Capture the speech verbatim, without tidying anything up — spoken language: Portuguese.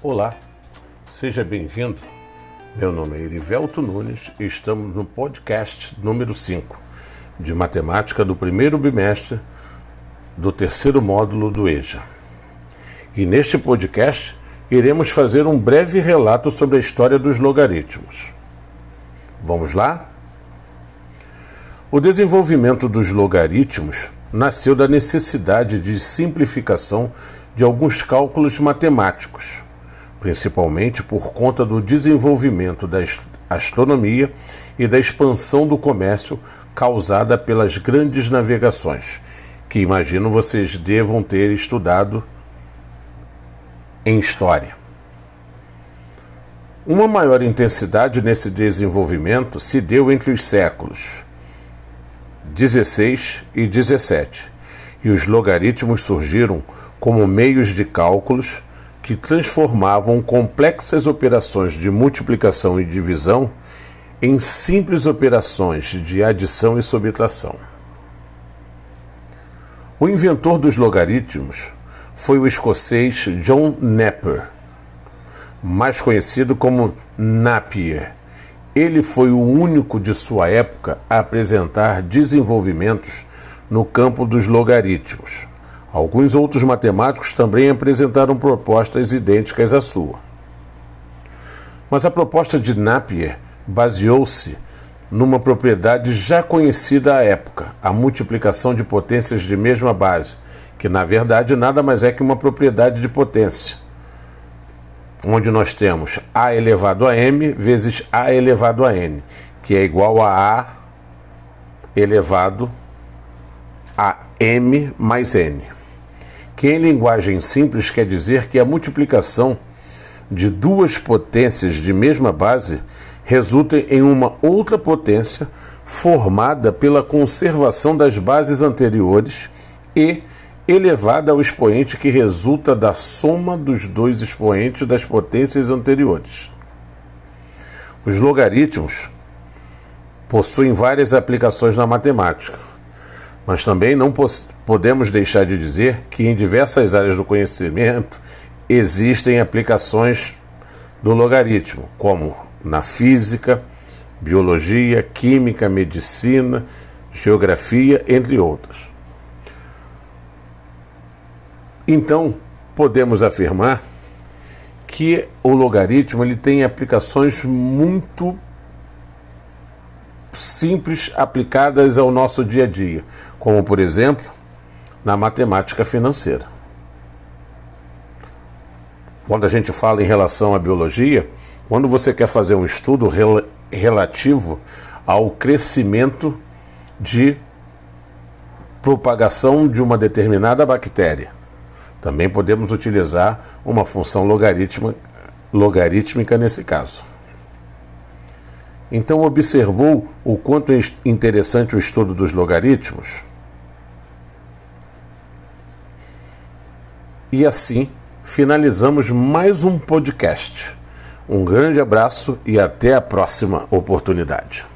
Olá, seja bem-vindo. Meu nome é Erivelto Nunes e estamos no podcast número cinco de Matemática do primeiro bimestre do terceiro módulo do E J A. E neste podcast iremos fazer um breve relato sobre a história dos logaritmos. Vamos lá? O desenvolvimento dos logaritmos nasceu da necessidade de simplificação de alguns cálculos matemáticos, principalmente por conta do desenvolvimento da astronomia e da expansão do comércio causada pelas grandes navegações, que imagino vocês devam ter estudado em história. Uma maior intensidade nesse desenvolvimento se deu entre os séculos dezesseis e dezessete, e os logaritmos surgiram como meios de cálculos que transformavam complexas operações de multiplicação e divisão em simples operações de adição e subtração. O inventor dos logaritmos foi o escocês John Napier, mais conhecido como Napier. Ele foi o único de sua época a apresentar desenvolvimentos no campo dos logaritmos. Alguns outros matemáticos também apresentaram propostas idênticas à sua. Mas a proposta de Napier baseou-se numa propriedade já conhecida à época, a multiplicação de potências de mesma base, que na verdade nada mais é que uma propriedade de potência, onde nós temos a elevado a m vezes a elevado a n, que é igual a a elevado a m mais n. Que em linguagem simples quer dizer que a multiplicação de duas potências de mesma base resulta em uma outra potência formada pela conservação das bases anteriores e elevada ao expoente que resulta da soma dos dois expoentes das potências anteriores. Os logaritmos possuem várias aplicações na matemática, mas também não podemos deixar de dizer que em diversas áreas do conhecimento existem aplicações do logaritmo, como na física, biologia, química, medicina, geografia, entre outras. Então, podemos afirmar que o logaritmo ele tem aplicações muito simples aplicadas ao nosso dia a dia, como, por exemplo, na matemática financeira. Quando a gente fala em relação à biologia, quando você quer fazer um estudo rel- relativo ao crescimento de propagação de uma determinada bactéria, também podemos utilizar uma função logarítmica, logarítmica nesse caso. Então, observou o quanto é interessante o estudo dos logaritmos? E assim, finalizamos mais um podcast. Um grande abraço e até a próxima oportunidade.